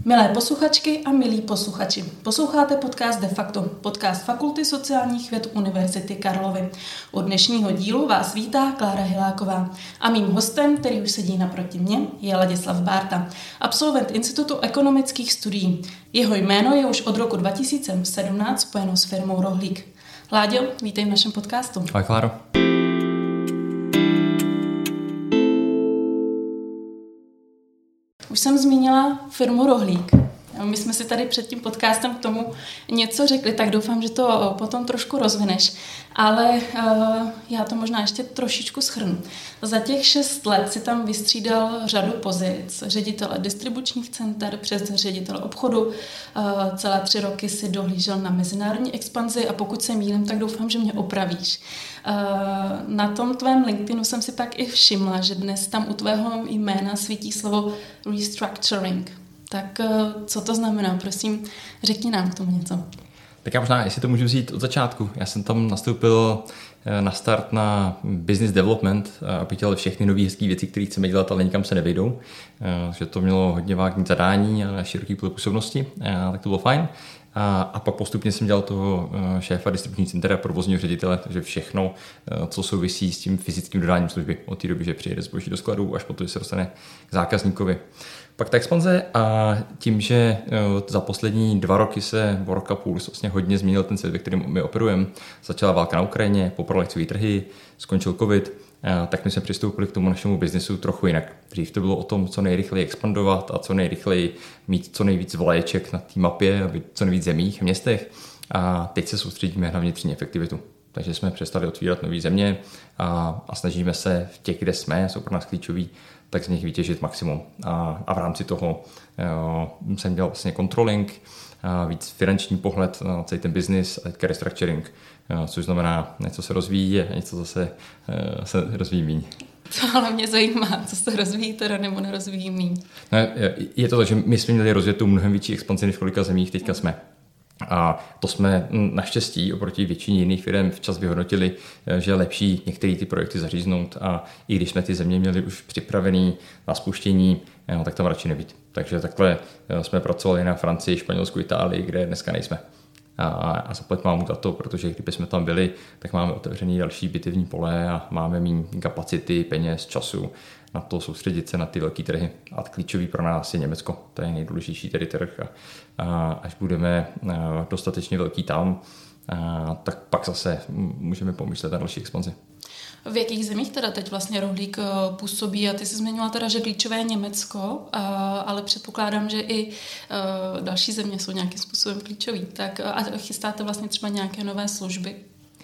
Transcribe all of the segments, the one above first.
Milé posluchačky a milí posluchači, posloucháte podcast De facto, podcast Fakulty sociálních věd Univerzity Karlovy. U dnešního dílu vás vítá Klára Hiláková a mým hostem, který už sedí naproti mně, je Ladislav Bárta, absolvent Institutu ekonomických studií. Jeho jméno je už od roku 2017 spojeno s firmou Rohlík. Láďo, vítej v našem podcastu. Ahoj, Kláro. Už jsem zmínila firmu Rohlík. My jsme si tady před tím podcastem k tomu něco řekli, tak doufám, že to potom trošku rozvineš. Ale já to možná ještě trošičku shrnu. Za těch 6 let si tam vystřídal řadu pozic. Ředitele distribučních center přes ředitele obchodu. Celé 3 roky si dohlížel na mezinárodní expanzi a pokud se mýlím, tak doufám, že mě opravíš. Na tom tvém LinkedInu jsem si pak i všimla, že dnes tam u tvého jména svítí slovo restructuring. Tak co to znamená? Prosím, řekni nám k tomu něco. Tak já možná, jestli to můžu vzít od začátku. Já jsem tam nastoupil na start na business development, abych dělal všechny nové hezké věci, které chceme dělat, ale nikam se nevejdou. Že to mělo hodně vágní zadání a široký pole působnosti, tak to bylo fajn. A pak postupně jsem dělal toho šéfa distribuční centra, provozního ředitele, takže všechno, co souvisí s tím fyzickým dodáním služby od té doby, že přijede zboží do skladu, až potom, že se dostane k zákazníkovi. Pak ta expanze a tím, že za poslední 2 roky se, o rok a půl, vlastně hodně změnil ten svět, ve kterém my operujeme. Začala válka na Ukrajině, poprvé trhy, skončil covid, tak my jsme přistoupili k tomu našemu biznesu trochu jinak. Dřív to bylo o tom, co nejrychleji expandovat a co nejrychleji mít co nejvíc vlaječek na té mapě, aby co nejvíc zemích, městech. A teď se soustředíme na vnitřní efektivitu. Takže jsme přestali otvírat nové země a snažíme se v těch, kde jsme, jsou pro nás klíčoví, tak z nich vytěžit maximum. A v rámci toho jsem dělal vlastně controlling, víc finanční pohled na celý ten business a teďka restructuring, což znamená, něco se rozvíjí a něco zase se rozvíjí míň. To ale mě zajímá, co se rozvíjí teda nebo nerozvíjí míň. No, je to tak, že my jsme měli rozjetou mnohem větší expanzi, než v kolika zemích teďka jsme. A to jsme naštěstí oproti většině jiných firm včas vyhodnotili, že je lepší některé ty projekty zaříznout a i když jsme ty země měli už připravený na spuštění, tak tam radši nebýt. Takže takhle jsme pracovali na Francii, Španělsku, Itálii, kde dneska nejsme. A zaplať mámu za to, protože kdyby jsme tam byli, tak máme otevřený další bitevní pole a máme méně kapacity, peněz, času na to soustředit se na ty velké trhy. A klíčový pro nás je Německo, to je nejdůležitější tedy trh. A až budeme dostatečně velký tam, tak pak zase můžeme pomyslet na další expanzi. V jakých zemích teda teď vlastně Rohlík působí? A ty jsi zmiňovala teda, že klíčové je Německo, ale předpokládám, že i další země jsou nějakým způsobem klíčový. Tak a chystáte vlastně třeba nějaké nové služby?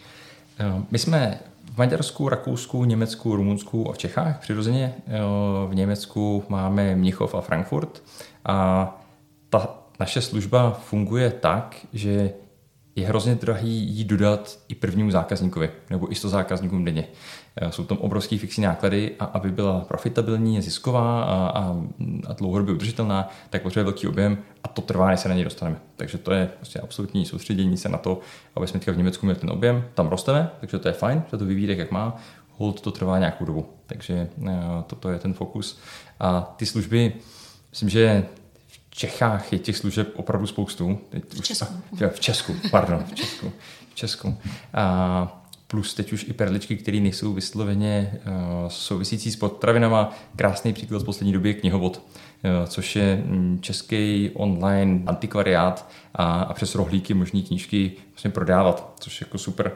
My jsme v Maďarsku, Rakousku, Německu, Rumunsku a v Čechách přirozeně. V Německu máme Mnichov a Frankfurt a ta naše služba funguje tak, že je hrozně drahý jí dodat i prvnímu zákazníkovi nebo i 100 zákazníkům denně. Jsou tam obrovský fixní náklady a aby byla profitabilní, zisková a dlouhodobě udržitelná, tak potřebuje velký objem a to trvá, než se na něj dostaneme. Takže to je prostě absolutní soustředění se na to, aby jsme v Německu měli ten objem. Tam rosteme, takže to je fajn, že to vyvíjí tak, jak má. Hold to trvá nějakou dobu. Takže toto je ten fokus. A ty služby, myslím, že v Čechách je těch služeb opravdu spoustu. V Česku. Plus teď už i perličky, které nejsou vysloveně souvisící s potravinama. Krásný příklad z poslední doby je Knihovod, což je český online antikvariát a přes Rohlíky možný knížky vlastně prodávat, což je jako super.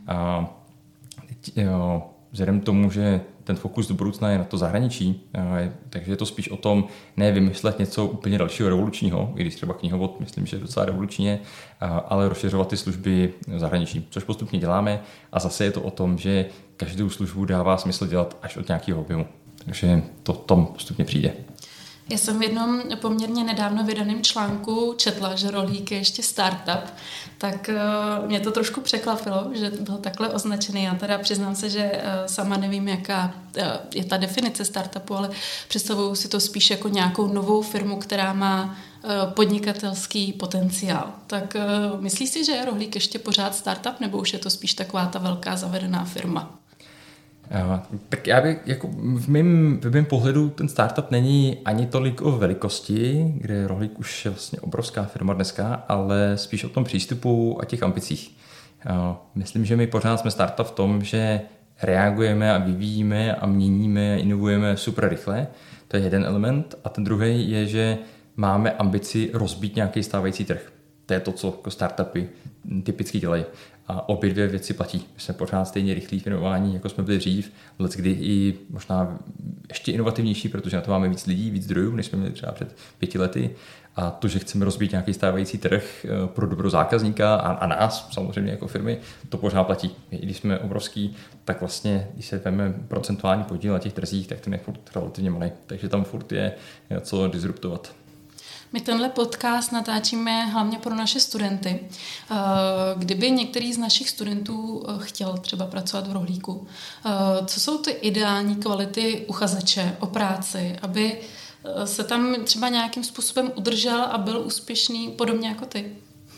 Vzhledem tomu, že ten fokus do budoucna je na to zahraničí, takže je to spíš o tom ne vymyslet něco úplně dalšího revolučního, i když třeba Knihovod, myslím, že je docela revolučně, ale rozšiřovat ty služby v zahraničí, což postupně děláme a zase je to o tom, že každou službu dává smysl dělat až od nějakého objemu. Takže to tam postupně přijde. Já jsem v jednom poměrně nedávno vydaném článku četla, že Rohlík je ještě startup, tak mě to trošku překvapilo, že byl takhle označený. Já teda přiznám se, že sama nevím, jaká je ta definice startupu, ale představuju si to spíš jako nějakou novou firmu, která má podnikatelský potenciál. Tak myslíš si, že je Rohlík ještě pořád startup, nebo už je to spíš taková ta velká zavedená firma? Tak já bych, jako v mém pohledu ten startup není ani tolik o velikosti, kde Rohlík už je vlastně obrovská firma dneska, ale spíš o tom přístupu a těch ambicích. Myslím, že my pořád jsme startup v tom, že reagujeme a vyvíjíme a měníme a inovujeme super rychle. To je jeden element. A ten druhý je, že máme ambici rozbít nějaký stávající trh. To je to, co jako startupy typicky dělají. A obě dvě věci platí. My jsme pořád stejně rychlí v inování, jako jsme byli dřív, leckdy i možná ještě inovativnější, protože na to máme víc lidí, víc zdrojů, než jsme měli třeba před 5 lety. A to, že chceme rozbít nějaký stávající trh pro dobro zákazníka a nás samozřejmě jako firmy, to pořád platí. I když jsme obrovský, tak vlastně, když se vezmeme procentuální podíl na těch trzích, tak ten je furt relativně malý. Takže tam furt je co disruptovat. My tenhle podcast natáčíme hlavně pro naše studenty. Kdyby některý z našich studentů chtěl třeba pracovat v Rohlíku, co jsou ty ideální kvality uchazeče o práci, aby se tam třeba nějakým způsobem udržel a byl úspěšný podobně jako ty?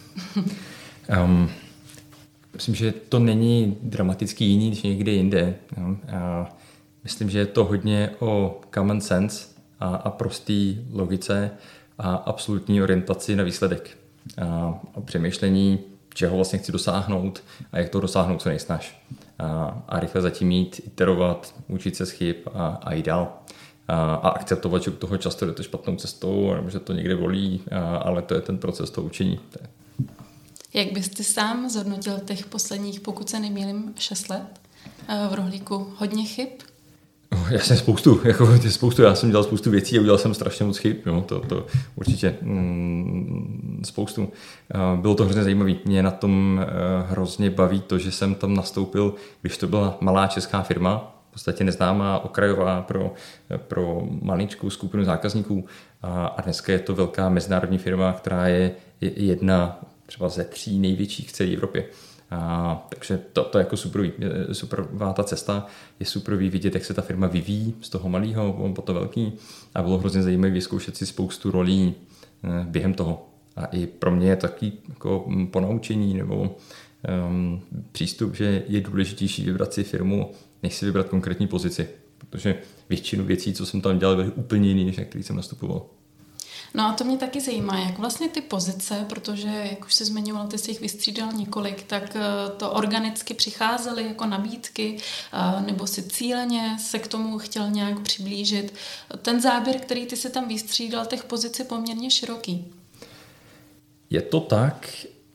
Myslím, že to není dramaticky jiný než někde jinde. Myslím, že je to hodně o common sense a prostý logice a absolutní orientaci na výsledek. A přemýšlení, čeho vlastně chci dosáhnout a jak to dosáhnout co nejsnaž. A rychle zatím jít, iterovat, učit se z chyb a jít dál. A akceptovat, že u toho často jdete špatnou cestou, nebo že to někde bolí, ale to je ten proces toho učení. Jak bys ty sám zhodnotil těch posledních, pokud se nemýlím, 6 let v Rohlíku? Hodně chyb? Já jsem spoustu, já jsem dělal spoustu věcí a udělal jsem strašně moc chyb, jo, to určitě spoustu. Bylo to hrozně zajímavé. Mě na tom hrozně baví to, že jsem tam nastoupil, když to byla malá česká firma, v podstatě neznámá, okrajová pro maličkou skupinu zákazníků a dneska je to velká mezinárodní firma, která je jedna třeba ze 3 největších v celé Evropě. Takže to je jako superová ta cesta. Je superový vidět, jak se ta firma vyvíjí z toho malého po to velký a bylo hrozně zajímavé vyzkoušet si spoustu rolí během toho. A i pro mě je taky jako ponaučení nebo přístup, že je důležitější vybrat si firmu, než si vybrat konkrétní pozici. Protože většinu věcí, co jsem tam dělal, byly úplně jiný, než na který jsem nastupoval. No a to mě taky zajímá, jak vlastně ty pozice, protože, jak už jsi zmiňoval, ty jsi jich vystřídal několik, tak to organicky přicházely jako nabídky, nebo si cíleně se k tomu chtěl nějak přiblížit. Ten záběr, který ty si tam vystřídal, těch pozic je poměrně široký. Je to tak.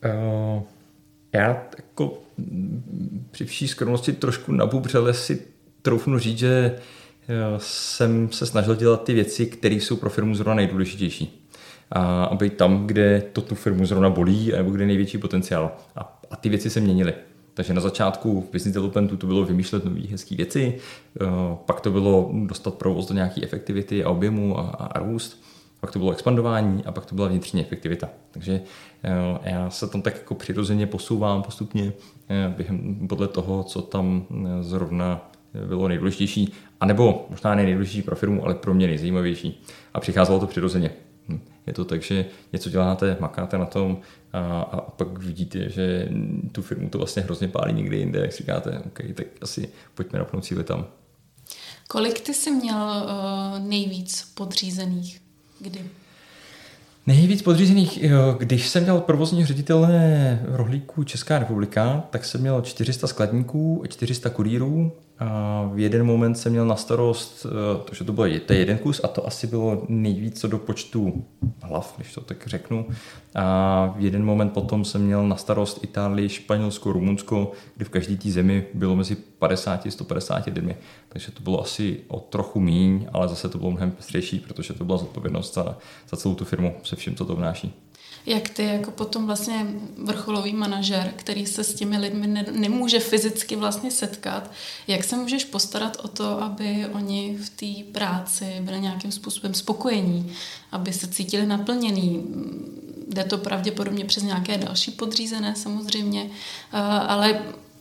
Já jako při vší skromnosti trošku nabubřele si troufnu říct, že jsem se snažil dělat ty věci, které jsou pro firmu zrovna nejdůležitější. A být tam, kde to tu firmu zrovna bolí, nebo kde je největší potenciál. A ty věci se měnily. Takže na začátku v business developmentu to bylo vymýšlet nové hezké věci, pak to bylo dostat provoz do nějaké efektivity a objemu a růst, pak to bylo expandování a pak to byla vnitřní efektivita. Takže já se tam tak jako přirozeně posouvám postupně podle toho, co tam zrovna bylo nejdůležitější, anebo možná ne nejdůležitější pro firmu, ale pro mě nejzajímavější. A přicházelo to přirozeně. Je to tak, že něco děláte, makáte na tom a pak vidíte, že tu firmu to vlastně hrozně pálí někde jinde, jak si říkáte, OK, tak asi pojďme napnout cíle tam. Kolik ty jsi měl nejvíc podřízených? Kdy? Nejvíc podřízených, když jsem měl provozního ředitele Rohlíku Česká republika, tak jsem měl 400 skladníků a 400 kurýrů a v jeden moment jsem měl na starost, takže to byl jeden kus a to asi bylo nejvíc co do počtu hlav, když to tak řeknu. A v jeden moment potom jsem měl na starost Itálii, Španělsko, Rumunsko, kdy v každé té zemi bylo mezi 50 a 150 lidmi. Takže to bylo asi o trochu míň, ale zase to bylo mnohem pestřejší, protože to byla zodpovědnost za celou tu firmu se vším, co to vnáší. Jak ty jako potom vlastně vrcholový manažer, který se s těmi lidmi nemůže fyzicky vlastně setkat, jak se můžeš postarat o to, aby oni v té práci byli nějakým způsobem spokojení, aby se cítili naplněný? Jde to pravděpodobně přes nějaké další podřízené samozřejmě, ale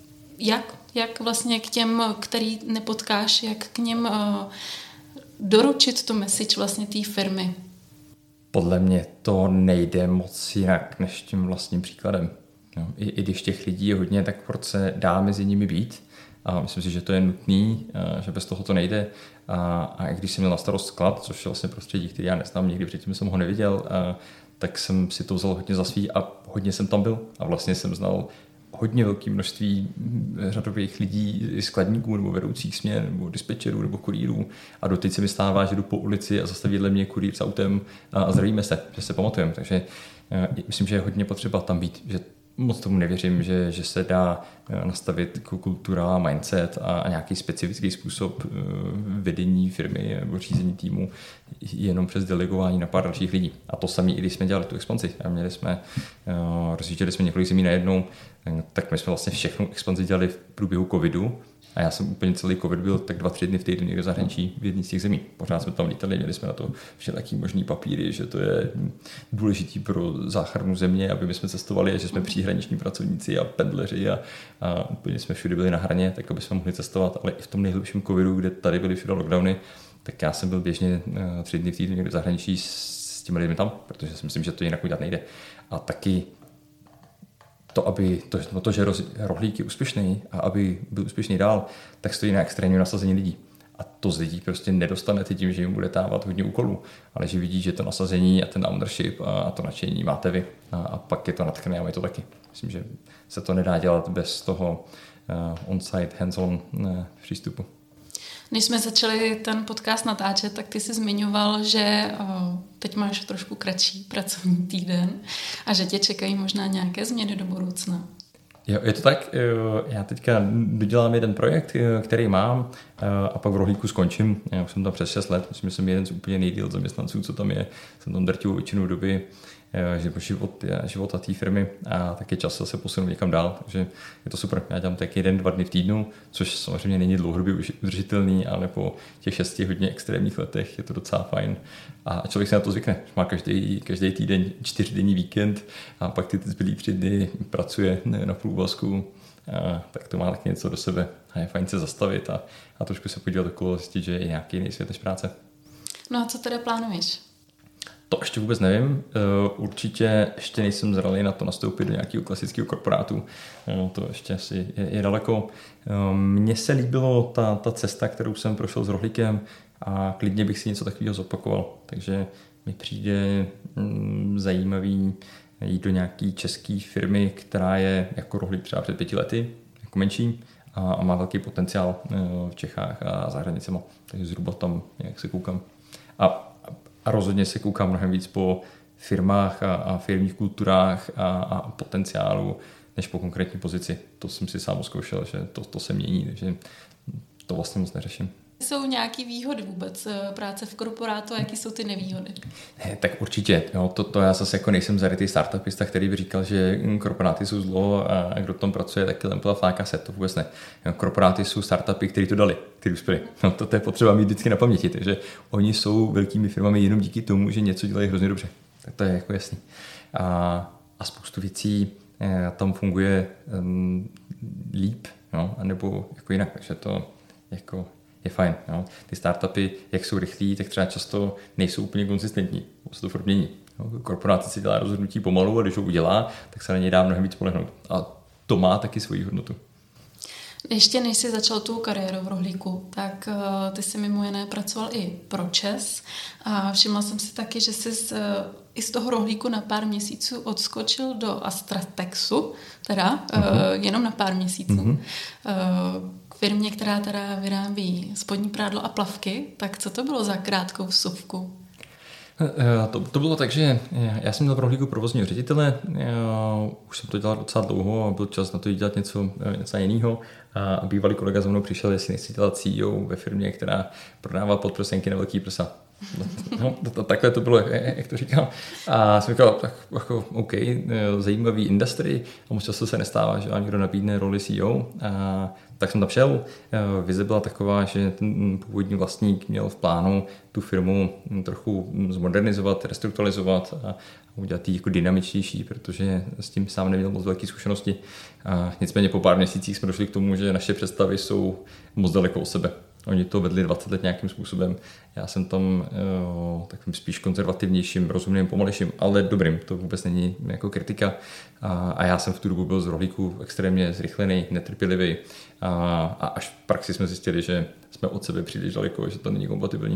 jak vlastně k těm, který nepotkáš, jak k něm doručit to message vlastně té firmy? Podle mě to nejde moc jinak než tím vlastním příkladem. I když těch lidí je hodně, tak proč se dá mezi nimi být a myslím si, že to je nutný, že bez toho to nejde. A i když jsem měl na starost sklad, což je vlastně prostředí, který já neznám, nikdy předtím jsem ho neviděl, tak jsem si to vzal hodně za svý a hodně jsem tam byl a vlastně jsem znal hodně velké množství řadových lidí, skladníků nebo vedoucích směn, nebo dispečerů, nebo kurýrů. A doteď se mi stává, že jdu po ulici a zastaví vedle mě kurýr s autem a zdravíme se, že se pamatujeme. Takže myslím, že je hodně potřeba tam být, že moc tomu nevěřím, že se dá nastavit kultura, mindset a nějaký specifický způsob vedení firmy nebo řízení týmu jenom přes delegování na pár dalších lidí. A to samé, i když jsme dělali tu expanzi a rozjížděli jsme několik zemí najednou, tak my jsme vlastně všechnu expanzi dělali v průběhu covidu. A já jsem úplně celý covid byl tak 2-3 dny v týdnu někde v zahraničí v jedné z těch zemí. Pořád jsme tam lítali, měli jsme na to všelijaký možný papíry, že to je důležitý pro záchranu země, aby my jsme cestovali a že jsme příhraniční pracovníci a pendleři a úplně jsme všude byli na hraně, tak aby jsme mohli cestovat, ale i v tom nejhlubším covidu, kde tady byly všude lockdowny, tak já jsem byl běžně 3 dny v týdnu někde v zahraničí s těmi lidmi tam, protože si myslím, že to jinak udělat nejde. A taky to, že rohlík je úspěšný a aby byl úspěšný dál, tak stojí na extrémním nasazení lidí. A to z lidí prostě nedostanete tím, že jim bude dávat hodně úkolů, ale že vidí, že to nasazení a ten ownership a to nadšení máte vy. A pak je to natchne a my to taky. Myslím, že se to nedá dělat bez toho on-site, hands-on přístupu. Než jsme začali ten podcast natáčet, tak ty jsi zmiňoval, že teď máš trošku kratší pracovní týden a že tě čekají možná nějaké změny do budoucna. Jo, je to tak. Já teďka dodělám jeden projekt, který mám a pak v rohlíku skončím. Já už jsem tam přes 6 let, myslím, že jsem jeden z úplně nejdýl zaměstnanců, co tam je. Jsem tam drtivou většinu doby života té firmy a taky čas se posunu někam dál, takže je to super. Já dělám tak 1-2 dny v týdnu, což samozřejmě není dlouhodobě udržitelný, ale po těch 6 hodně extrémních letech je to docela fajn a člověk se na to zvykne. Má každý týden 4denní víkend a pak ty zbylý 3 dny pracuje na půlvazku, tak to má taky něco do sebe a je fajn se zastavit a trošku se podívat okolo, zjistit, že je nějaký jiný svět než práce. No a co teda plánuješ? To ještě vůbec nevím. Určitě ještě nejsem zralý na to nastoupit do nějakého klasického korporátu. To ještě asi je daleko. Mně se líbilo ta cesta, kterou jsem prošel s rohlíkem a klidně bych si něco takového zopakoval. Takže mi přijde zajímavý jít do nějaký české firmy, která je jako rohlík třeba před 5 lety, jako menší a má velký potenciál v Čechách a za hranicema. Takže zhruba tam, jak se koukám. A rozhodně se koukám mnohem víc po firmách a firmních kulturách a potenciálu, než po konkrétní pozici. To jsem si sám zkoušel, že to se mění, takže to vlastně moc neřeším. Jsou nějaké výhody vůbec práce v korporátu a jaký jsou ty nevýhody? Tak určitě. Jo, to já zase jako nejsem zarytý startupista, který by říkal, že korporáty jsou zlo a kdo tam pracuje, taky lempel a fláka se. To vůbec ne. Korporáty jsou startupy, který to dali, který uspěli. No, to je potřeba mít vždycky na paměti, takže oni jsou velkými firmami jenom díky tomu, že něco dělají hrozně dobře. Tak to je jako jasný. A spoustu věcí tam funguje líp, no, anebo jako jinak. Takže to jako je fajn. Jo. Ty startupy, jak jsou rychlí, tak třeba často nejsou úplně konzistentní. Se to furt mění. Korporace si dělá rozhodnutí pomalu a když ho udělá, tak se na něj dá mnohem víc spolehnout. A to má taky svoji hodnotu. Ještě než jsi začal tu kariéru v rohlíku, tak ty jsi mimo jiné pracoval i pro ČEZ a všimla jsem si taky, že jsi i z toho rohlíku na pár měsíců odskočil do Astratexu, teda jenom na pár měsíců. K firmě, která teda vyrábí spodní prádlo a plavky, tak co to bylo za krátkou vsuvku? To bylo tak, že já jsem měl v rohlíku provozního ředitele, už jsem to dělal docela dlouho a byl čas na to dělat něco jiného a bývalý kolega za mnou přišel, jestli nechci dělat CEO ve firmě, která prodává podprsenky na velký prsa. No, takhle to bylo, jak to říkám. A jsem říkal, tak jako OK, zajímavý industry a moc často se nestává, že někdo nabídne roli CEO. Tak jsem tam šel. Vize byla taková, že ten původní vlastník měl v plánu tu firmu trochu zmodernizovat, restrukturalizovat a udělat ji jako dynamičtější, protože s tím sám neměl moc velké zkušenosti. Nicméně po pár měsících jsme došli k tomu, že naše představy jsou moc daleko od sebe. Oni to vedli 20 let nějakým způsobem. Já jsem tam takovým spíš konzervativnějším, rozumným, pomalejším, ale dobrým. To vůbec není jako kritika. A já jsem v tu dobu byl z rohlíku extrémně zrychlený, netrpělivý. A až v praxi jsme zjistili, že jsme od sebe příliš daleko, že to není kompatibilní.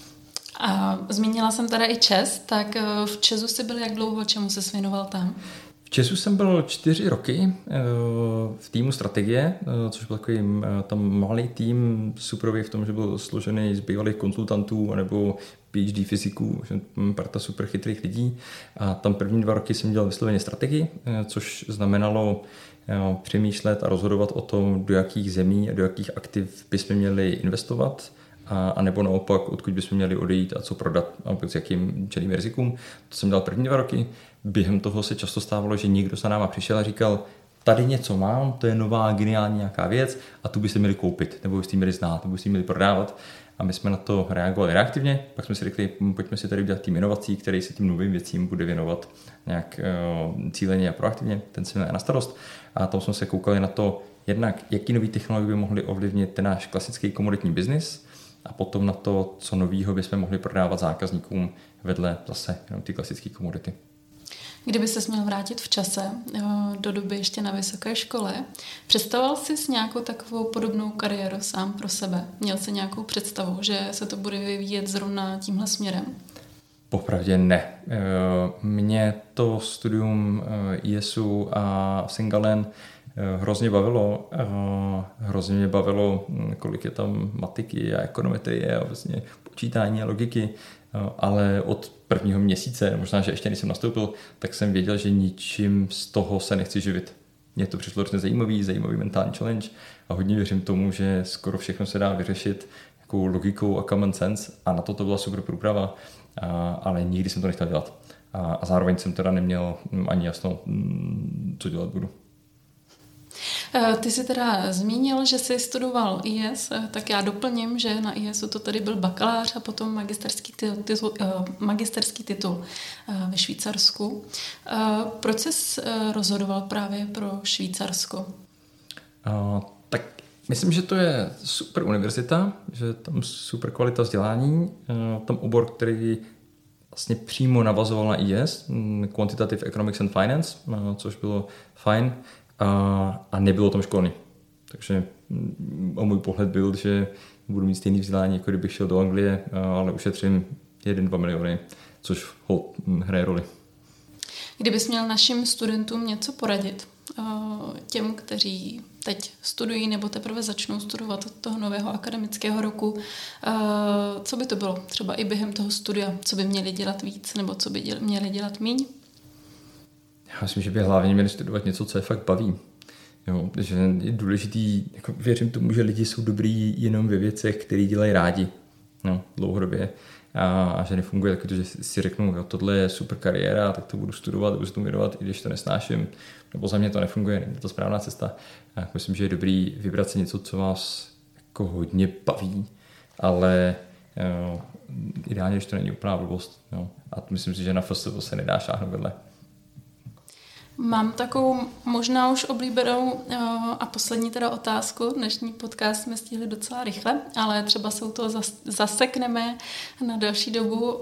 A zmínila jsem teda i ČES, tak v ČESu jsi byl jak dlouho, čemu se věnoval tam? V ČESu jsem byl 4 roky v týmu strategie, což byl takový tam malý tým, superový v tom, že byl složený z bývalých konzultantů nebo PhD fyziků, parta super chytrých lidí. A tam první 2 roky jsem dělal vysloveně strategii, což znamenalo přemýšlet a rozhodovat o tom, do jakých zemí a do jakých aktiv bychom měli investovat, a nebo naopak, odkud bychom měli odejít a co prodat a s jakým čelým rizikům. To jsem dělal první 2 roky. Během toho se často stávalo, že někdo za náma přišel a říkal, tady něco mám, to je nová, geniální nějaká věc a tu byste měli koupit, nebo byste měli znát, nebo byste měli prodávat. A my jsme na to reagovali reaktivně, pak jsme si řekli, pojďme si tady udělat tým inovací, který se tím novým věcím bude věnovat nějak cíleně a proaktivně, ten se měl na starost. A tam jsme se koukali na to, jednak jaký nový technologie by mohly ovlivnit ten náš klasický komoditní biznis, a potom na to, co novýho bychom mohli prodávat zákazníkům vedle zase jenom ty klasické komodity. Kdyby ses měl vrátit v čase do doby ještě na vysoké škole, představoval jsi s nějakou takovou podobnou kariéru sám pro sebe? Měl jsi nějakou představu, že se to bude vyvíjet zrovna tímhle směrem? Popravdě ne. Mě to studium ISu a Singalen hrozně bavilo. Hrozně mě bavilo, kolik je tam matiky a ekonometrie a vlastně počítání a logiky, ale od prvního měsíce, možná, že ještě než jsem nastoupil, tak jsem věděl, že ničím z toho se nechci živit. Mně to přišlo hrozně zajímavý mentální challenge a hodně věřím tomu, že skoro všechno se dá vyřešit jako logikou a common sense a na to byla super průprava, ale nikdy jsem to nechtěl dělat. A zároveň jsem teda neměl ani jasno, co dělat budu. Ty jsi teda zmínil, že jsi studoval IS, tak já doplním, že na ISu to tady byl bakalář a potom magisterský titul ve Švýcarsku. Proč jsi rozhodoval právě pro Švýcarsko? Tak myslím, že to je super univerzita, že je tam super kvalita vzdělání, tam obor, který vlastně přímo navazoval na IS, Quantitative Economics and Finance, což bylo fajn. A nebylo tam školní. Takže můj pohled byl, že budu mít stejný vzdělání, jako kdybych šel do Anglie, ale ušetřím 1-2 miliony, což hraje roli. Kdybys měl našim studentům něco poradit, těm, kteří teď studují nebo teprve začnou studovat od toho nového akademického roku, co by to bylo? Třeba i během toho studia, co by měli dělat víc nebo co by měli dělat míň? Já myslím, že by hlavně měli studovat něco, co je fakt baví. Jo, že je důležitý, jako věřím tomu, že lidi jsou dobrý jenom ve věcech, které dělají rádi, no, dlouhodobě. A že nefunguje taky to, že si řeknu, jo, tohle je super kariéra, tak to budu studovat, budu se tomu věnovat, i když to nesnáším. Nebo za mě to nefunguje, není to správná cesta. Já myslím, že je dobrý vybrat si něco, co vás jako hodně baví, ale ideálně, když to není úplná blbost. Jo. A myslím si, že na FS se nedá šáhnout vedle. Mám takovou možná už oblíbenou a poslední teda otázku. Dnešní podcast jsme stihli docela rychle, ale třeba se u toho zasekneme na další dobu.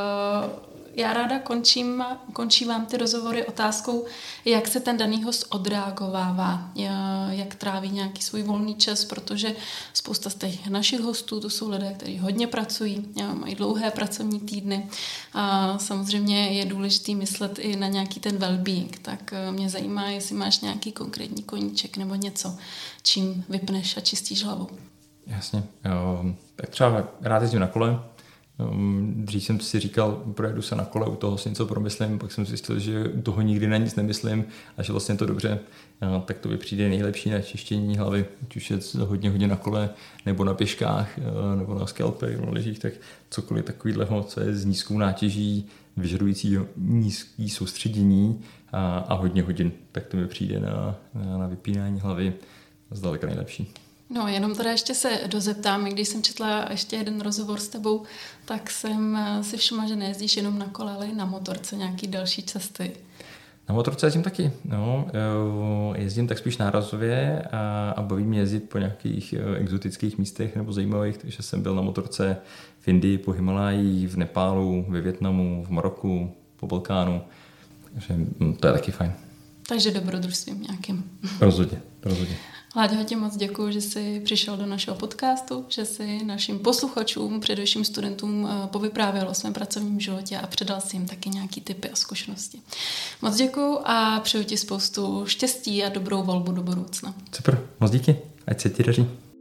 Já ráda končím ty rozhovory otázkou, jak se ten daný host odreagovává, jak tráví nějaký svůj volný čas, protože spousta z těch našich hostů, to jsou lidé, kteří hodně pracují, mají dlouhé pracovní týdny a samozřejmě je důležitý myslet i na nějaký ten well-being, tak mě zajímá, jestli máš nějaký konkrétní koníček nebo něco, čím vypneš a čistíš hlavu. Jasně, tak třeba rád jezdím na kole. Dřív jsem si říkal, projedu se na kole, u toho si něco promyslím, pak jsem zjistil, že u toho nikdy na nic nemyslím a že vlastně to dobře, tak to by přijde nejlepší na čištění hlavy, ať už je hodně na kole, nebo na pěškách, nebo na skalpech, nebo na lyžích, tak cokoliv takového, co je s nízkou nátěží, vyžadující nízký soustředění a hodně hodin, tak to mi přijde na vypínání hlavy zdaleka nejlepší. No, jenom teda ještě se dozeptám, když jsem četla ještě jeden rozhovor s tebou, tak jsem si všimla, že nejezdíš jenom na kole, ale i na motorce, nějaký další cesty. Na motorce jezdím taky. No, jezdím tak spíš nárazově a baví mě jezdit po nějakých exotických místech nebo zajímavých, takže jsem byl na motorce v Indii, po Himalájích, v Nepálu, ve Vietnamu, v Maroku, po Balkánu. Takže to je taky fajn. Takže dobrodružstvím nějakým. Rozhodně. Láďo, ti moc děkuju, že jsi přišel do našeho podcastu, že jsi našim posluchačům, především studentům, povyprávěl o svém pracovním životě a předal si jim taky nějaký tipy a zkušenosti. Moc děkuju a přeju ti spoustu štěstí a dobrou volbu do budoucna. Super, moc díky, ať se ti daří.